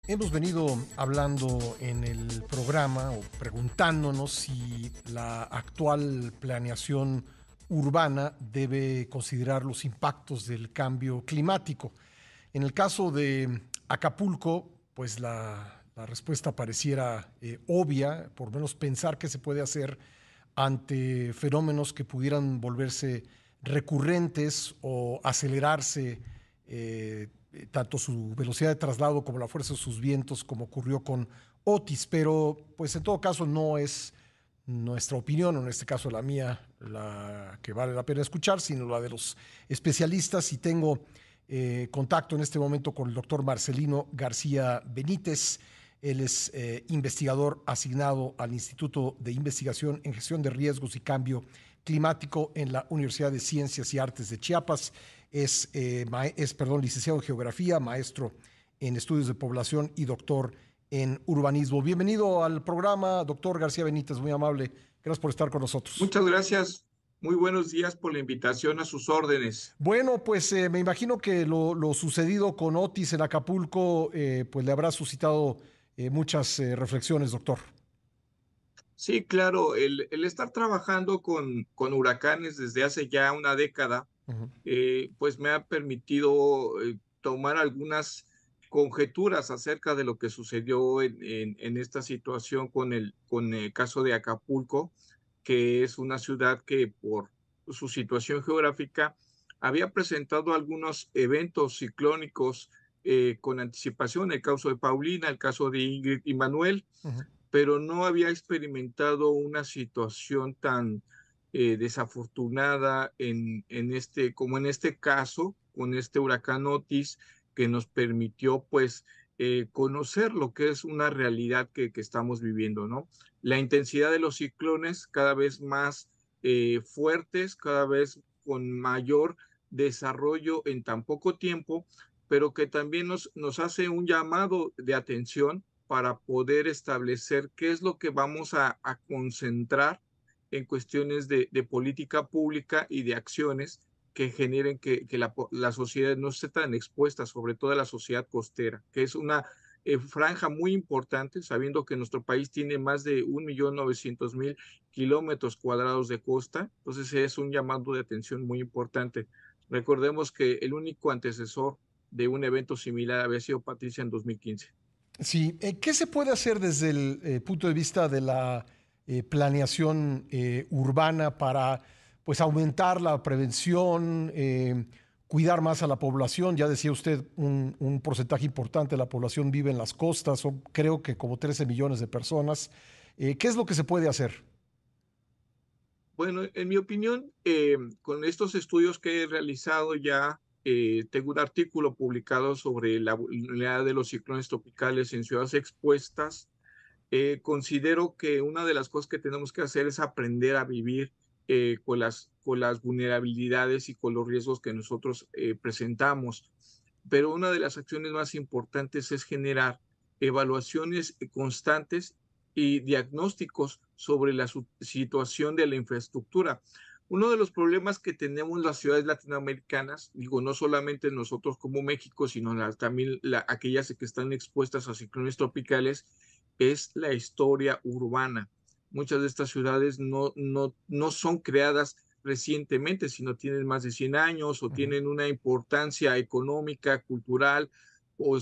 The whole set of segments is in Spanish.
Hemos venido hablando en el programa o preguntándonos si la actual planeación urbana debe considerar los impactos del cambio climático. En el caso de Acapulco, pues la respuesta pareciera obvia, por lo menos pensar qué se puede hacer ante fenómenos que pudieran volverse recurrentes o acelerarse tanto su velocidad de traslado como la fuerza de sus vientos, como ocurrió con Otis, pero pues en todo caso no es nuestra opinión, o en este caso la mía, la que vale la pena escuchar, sino la de los especialistas. Y tengo contacto en este momento con el doctor Marcelino García Benítez. Él es investigador asignado al Instituto de Investigación en Gestión de Riesgos y Cambio Climático en la Universidad de Ciencias y Artes de Chiapas. Es licenciado en Geografía, maestro en Estudios de Población y doctor en Urbanismo. Bienvenido al programa, doctor García Benítez, muy amable. Gracias por estar con nosotros. Muchas gracias. Muy buenos días por la invitación a sus órdenes. Bueno, pues me imagino que lo sucedido con Otis en Acapulco pues le habrá suscitado muchas reflexiones, doctor. Sí, claro, el estar trabajando con huracanes desde hace ya una década, Ujú. pues me ha permitido tomar algunas conjeturas acerca de lo que sucedió en esta situación con el caso de Acapulco, que es una ciudad que por su situación geográfica había presentado algunos eventos ciclónicos con anticipación, el caso de Paulina, el caso de Ingrid y Manuel, Ujú. pero no había experimentado una situación tan desafortunada como en este caso, con este huracán Otis, que nos permitió pues conocer lo que es una realidad que estamos viviendo, ¿no? La intensidad de los ciclones cada vez más fuertes, cada vez con mayor desarrollo en tan poco tiempo, pero que también nos hace un llamado de atención para poder establecer qué es lo que vamos a concentrar en cuestiones de política pública y de acciones que generen que la sociedad no esté tan expuesta, sobre todo la sociedad costera, que es una franja muy importante, sabiendo que nuestro país tiene más de 1.900.000 kilómetros cuadrados de costa. Entonces es un llamado de atención muy importante. Recordemos que el único antecesor de un evento similar había sido Patricia en 2015. Sí, ¿qué se puede hacer desde el punto de vista de la planeación urbana para pues aumentar la prevención, cuidar más a la población? Ya decía usted, un porcentaje importante de la población vive en las costas, son creo que como 13 millones de personas. ¿Qué es lo que se puede hacer? Bueno, en mi opinión, con estos estudios que he realizado ya, tengo un artículo publicado sobre la vulnerabilidad de los ciclones tropicales en ciudades expuestas. Considero que una de las cosas que tenemos que hacer es aprender a vivir con las vulnerabilidades y con los riesgos que nosotros presentamos. Pero una de las acciones más importantes es generar evaluaciones constantes y diagnósticos sobre la situación de la infraestructura. Uno de los problemas que tenemos las ciudades latinoamericanas, digo, no solamente nosotros como México, sino también aquellas que están expuestas a ciclones tropicales, es la historia urbana. Muchas de estas ciudades no son creadas recientemente, sino tienen más de 100 años o Ujú. tienen una importancia económica, cultural o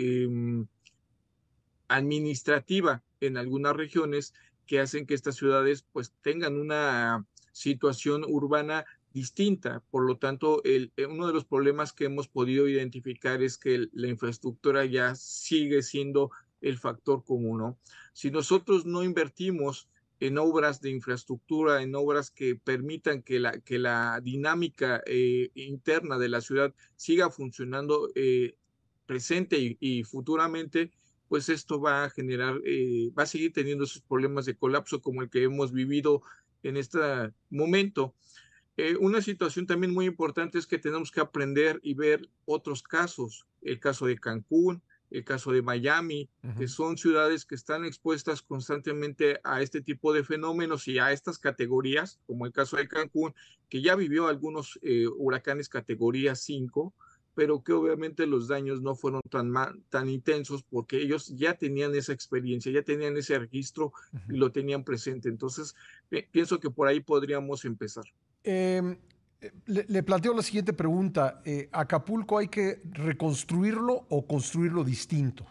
administrativa en algunas regiones que hacen que estas ciudades pues tengan una situación urbana distinta. Por lo tanto, uno de los problemas que hemos podido identificar es que la infraestructura ya sigue siendo el factor común, ¿no? Si nosotros no invertimos en obras de infraestructura, en obras que permitan que la dinámica interna de la ciudad siga funcionando presente y futuramente, pues esto va a generar, va a seguir teniendo esos problemas de colapso como el que hemos vivido en este momento. Una situación también muy importante es que tenemos que aprender y ver otros casos, el caso de Cancún, el caso de Miami, que Ujú. son ciudades que están expuestas constantemente a este tipo de fenómenos y a estas categorías, como el caso de Cancún, que ya vivió algunos huracanes categoría 5, pero que obviamente los daños no fueron tan intensos porque ellos ya tenían esa experiencia, ya tenían ese registro y Ujú. lo tenían presente. Entonces, pienso que por ahí podríamos empezar. Em, le planteo la siguiente pregunta. ¿Acapulco hay que reconstruirlo o construirlo distinto?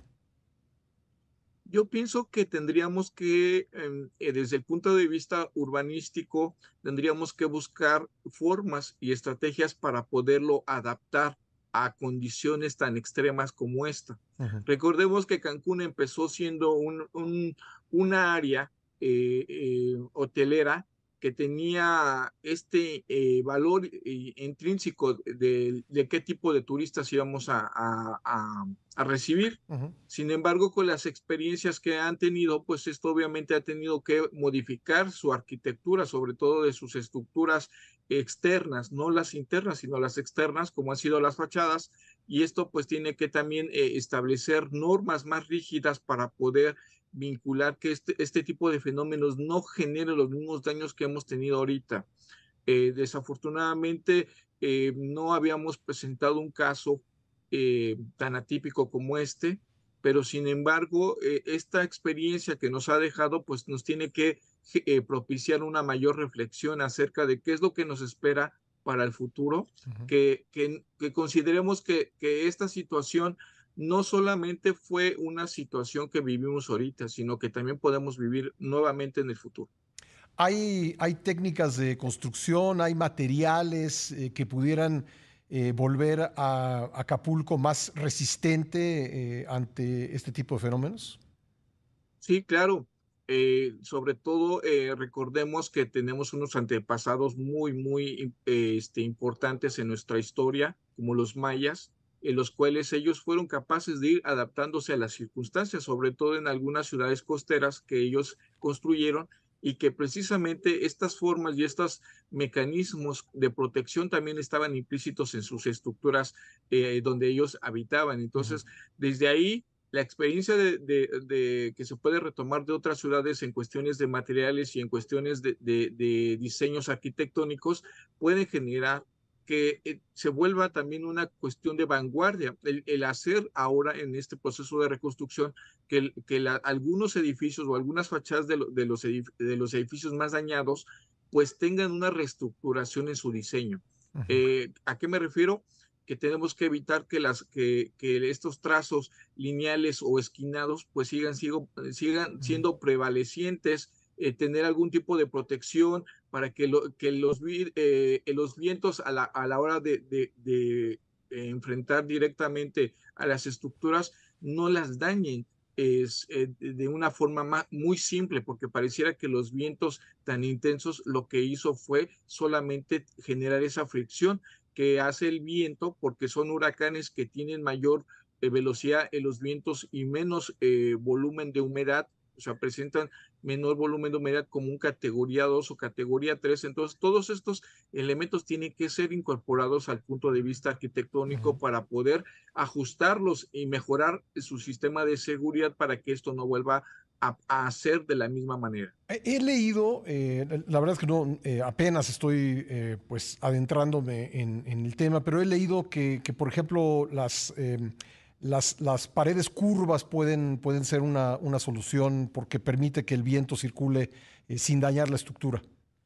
Yo pienso que tendríamos que, desde el punto de vista urbanístico, tendríamos que buscar formas y estrategias para poderlo adaptar a condiciones tan extremas como esta. Ujú, Recordemos que Cancún empezó siendo una área hotelera que tenía este valor intrínseco de qué tipo de turistas íbamos a recibir. ujú, Sin embargo, con las experiencias que han tenido, pues esto obviamente ha tenido que modificar su arquitectura, sobre todo de sus estructuras externas, no las internas, sino las externas, como han sido las fachadas, y esto pues tiene que también establecer normas más rígidas para poder vincular que este tipo de fenómenos no genere los mismos daños que hemos tenido ahorita. Desafortunadamente, no habíamos presentado un caso tan atípico como este, pero sin embargo, esta experiencia que nos ha dejado, pues nos tiene que propiciar una mayor reflexión acerca de qué es lo que nos espera para el futuro, ujú. que consideremos que esta situación no solamente fue una situación que vivimos ahorita, sino que también podemos vivir nuevamente en el futuro. Hay técnicas de construcción, hay materiales que pudieran volver a Acapulco más resistente ante este tipo de fenómenos. Sí, claro. Sobre todo, recordemos que tenemos unos antepasados muy importantes en nuestra historia, como los mayas, en los cuales ellos fueron capaces de ir adaptándose a las circunstancias, sobre todo en algunas ciudades costeras que ellos construyeron y que precisamente estas formas y estos mecanismos de protección también estaban implícitos en sus estructuras donde ellos habitaban. Ujú, Entonces, desde ahí la experiencia que se puede retomar de otras ciudades en cuestiones de materiales y en cuestiones de diseños arquitectónicos puede generar que se vuelva también una cuestión de vanguardia, el hacer ahora en este proceso de reconstrucción que algunos edificios o algunas fachadas de los edificios más dañados pues tengan una reestructuración en su diseño. ujú, ¿A qué me refiero? Que tenemos que evitar que estos trazos lineales o esquinados pues sigan ujú, siendo prevalecientes, tener algún tipo de protección para que los vientos a la hora de enfrentar directamente a las estructuras no las dañen. De una forma muy simple, porque pareciera que los vientos tan intensos lo que hizo fue solamente generar esa fricción que hace el viento, porque son huracanes que tienen mayor velocidad en los vientos y menos volumen de humedad, o sea, presentan menor volumen de humedad como un categoría 2 o categoría 3. Entonces, todos estos elementos tienen que ser incorporados al punto de vista ujú. arquitectónico para poder ajustarlos y mejorar su sistema de seguridad para que esto no vuelva a hacer de la misma manera. He leído, la verdad es que no, apenas estoy pues adentrándome en el tema, pero he leído que, por ejemplo, las paredes curvas pueden ser una solución porque permite que el viento circule sin dañar la estructura.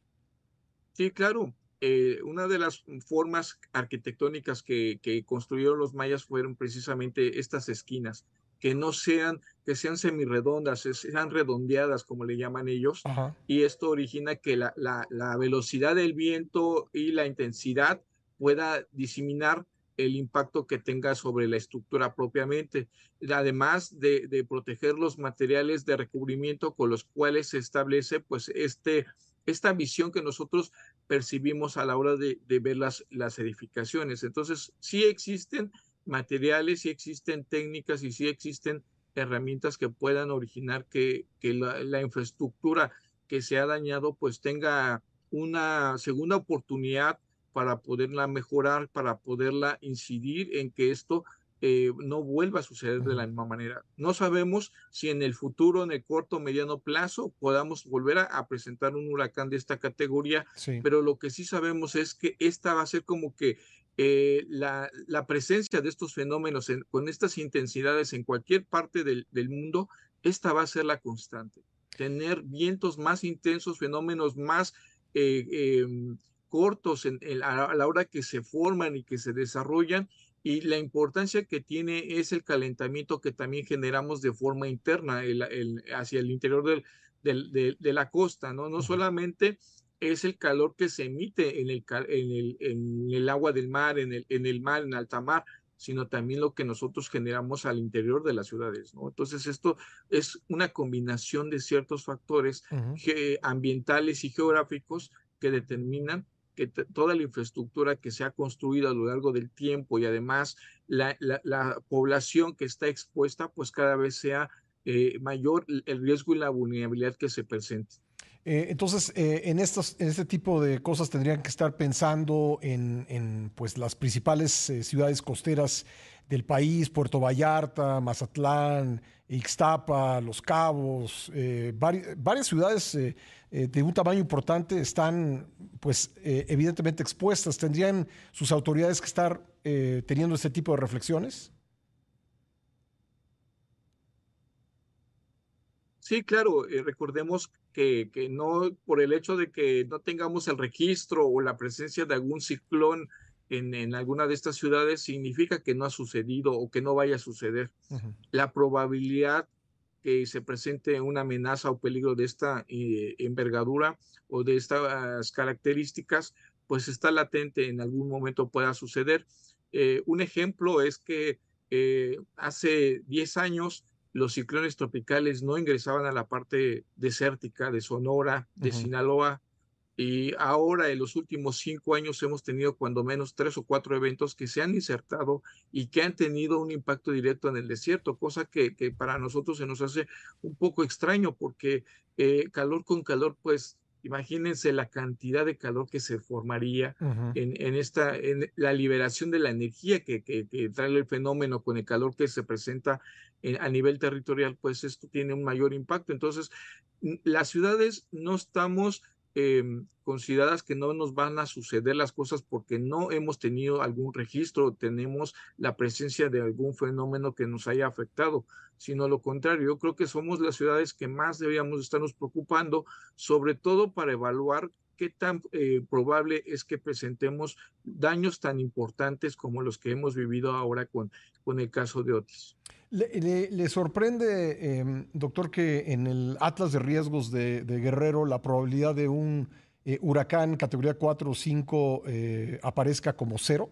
Sí, claro. Una de las formas arquitectónicas que construyeron los mayas fueron precisamente estas esquinas, que sean semirredondas, sean redondeadas, como le llaman ellos, Ajá. y esto origina que la velocidad del viento y la intensidad pueda diseminar el impacto que tenga sobre la estructura propiamente, además de proteger los materiales de recubrimiento con los cuales se establece pues esta visión que nosotros percibimos a la hora de ver las edificaciones. Entonces, sí existen materiales, sí existen técnicas y sí existen herramientas que puedan originar que la infraestructura que se ha dañado pues tenga una segunda oportunidad para poderla mejorar, para poderla incidir en que esto no vuelva a suceder de Ujú. la misma manera. No sabemos si en el futuro, en el corto o mediano plazo, podamos volver a presentar un huracán de esta categoría, Sí. pero lo que sí sabemos es que esta va a ser como que la presencia de estos fenómenos con estas intensidades en cualquier parte del mundo, esta va a ser la constante. Tener vientos más intensos, fenómenos más eh, eh, cortos a la hora que se forman y que se desarrollan, y la importancia que tiene es el calentamiento que también generamos de forma interna hacia el interior de la costa, ¿no? No Ujú. solamente es el calor que se emite en el agua del mar, en el mar, en alta mar, sino también lo que nosotros generamos al interior de las ciudades, ¿no? Entonces, esto es una combinación de ciertos factores Ujú. ambientales y geográficos que determinan que toda la infraestructura que se ha construido a lo largo del tiempo y además la población que está expuesta, pues cada vez sea mayor el riesgo y la vulnerabilidad que se presente. Entonces, en este tipo de cosas tendrían que estar pensando pues, las principales ciudades costeras del país: Puerto Vallarta, Mazatlán, Ixtapa, Los Cabos. Varias ciudades de un tamaño importante están, pues, evidentemente expuestas. ¿Tendrían sus autoridades que estar teniendo este tipo de reflexiones? Sí, claro, recordemos que no, por el hecho de que no tengamos el registro o la presencia de algún ciclón en alguna de estas ciudades, significa que no ha sucedido o que no vaya a suceder. Ujú. La probabilidad que se presente una amenaza o peligro de esta envergadura o de estas características, pues está latente, en algún momento pueda suceder. Un ejemplo es que hace 10 años los ciclones tropicales no ingresaban a la parte desértica de Sonora, de Ujú. Sinaloa, y ahora en los últimos 5 años hemos tenido cuando menos 3 o 4 eventos que se han insertado y que han tenido un impacto directo en el desierto, cosa que para nosotros se nos hace un poco extraño porque calor con calor, pues imagínense la cantidad de calor que se formaría Ujú. en la liberación de la energía que trae el fenómeno con el calor que se presenta a nivel territorial, pues esto tiene un mayor impacto. Entonces, las ciudades no estamos consideradas que no nos van a suceder las cosas porque no hemos tenido algún registro, tenemos la presencia de algún fenómeno que nos haya afectado, sino lo contrario. Yo creo que somos las ciudades que más deberíamos estarnos preocupando, sobre todo para evaluar qué tan probable es que presentemos daños tan importantes como los que hemos vivido ahora con el caso de Otis. ¿Le sorprende, doctor, que en el Atlas de Riesgos de Guerrero la probabilidad de un huracán categoría 4 o 5 aparezca como cero?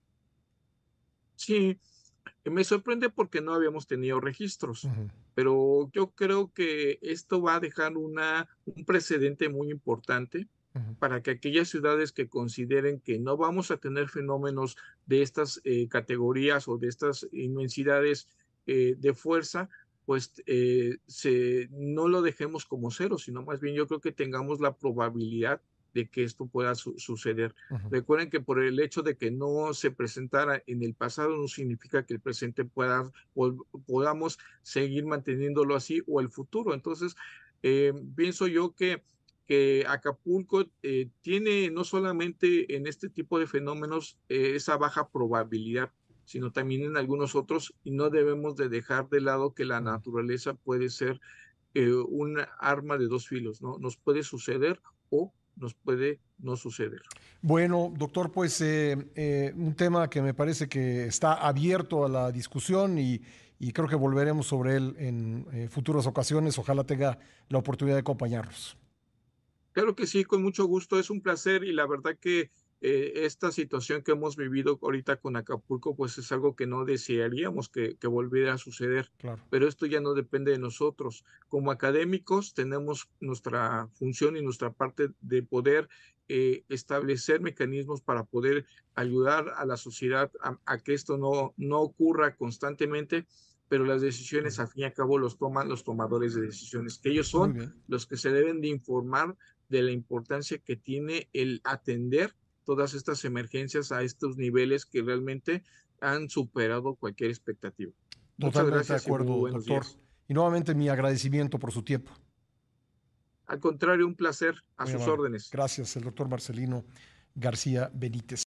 Sí, me sorprende porque no habíamos tenido registros, Ujú. pero yo creo que esto va a dejar un precedente muy importante Ujú. para que aquellas ciudades que consideren que no vamos a tener fenómenos de estas categorías o de estas inmensidades de fuerza, pues no lo dejemos como cero, sino más bien yo creo que tengamos la probabilidad de que esto pueda suceder. Ujú. Recuerden que por el hecho de que no se presentara en el pasado no significa que el presente podamos seguir manteniéndolo así o el futuro. Entonces, pienso yo que Acapulco tiene no solamente en este tipo de fenómenos esa baja probabilidad, sino también en algunos otros, y no debemos de dejar de lado que la Ujú. naturaleza puede ser un arma de dos filos, ¿no? Nos puede suceder o nos puede no suceder. Bueno, doctor, pues un tema que me parece que está abierto a la discusión y creo que volveremos sobre él en futuras ocasiones. Ojalá tenga la oportunidad de acompañarnos. Claro que sí, con mucho gusto, es un placer y la verdad que esta situación que hemos vivido ahorita con Acapulco, pues es algo que no desearíamos que volviera a suceder, Claro. pero esto ya no depende de nosotros. Como académicos tenemos nuestra función y nuestra parte de poder establecer mecanismos para poder ayudar a la sociedad a que esto no ocurra constantemente, pero las decisiones Ujú. al fin y al cabo los toman los tomadores de decisiones, que ellos Muy son bien. los que se deben de informar de la importancia que tiene el atender todas estas emergencias a estos niveles que realmente han superado cualquier expectativa. Muchas Totalmente de gracias y muy acuerdo, buenos doctor. días. Y nuevamente mi agradecimiento por su tiempo. Al contrario, un placer, a Muy sus amable. órdenes. Gracias, el doctor Marcelino García Benítez.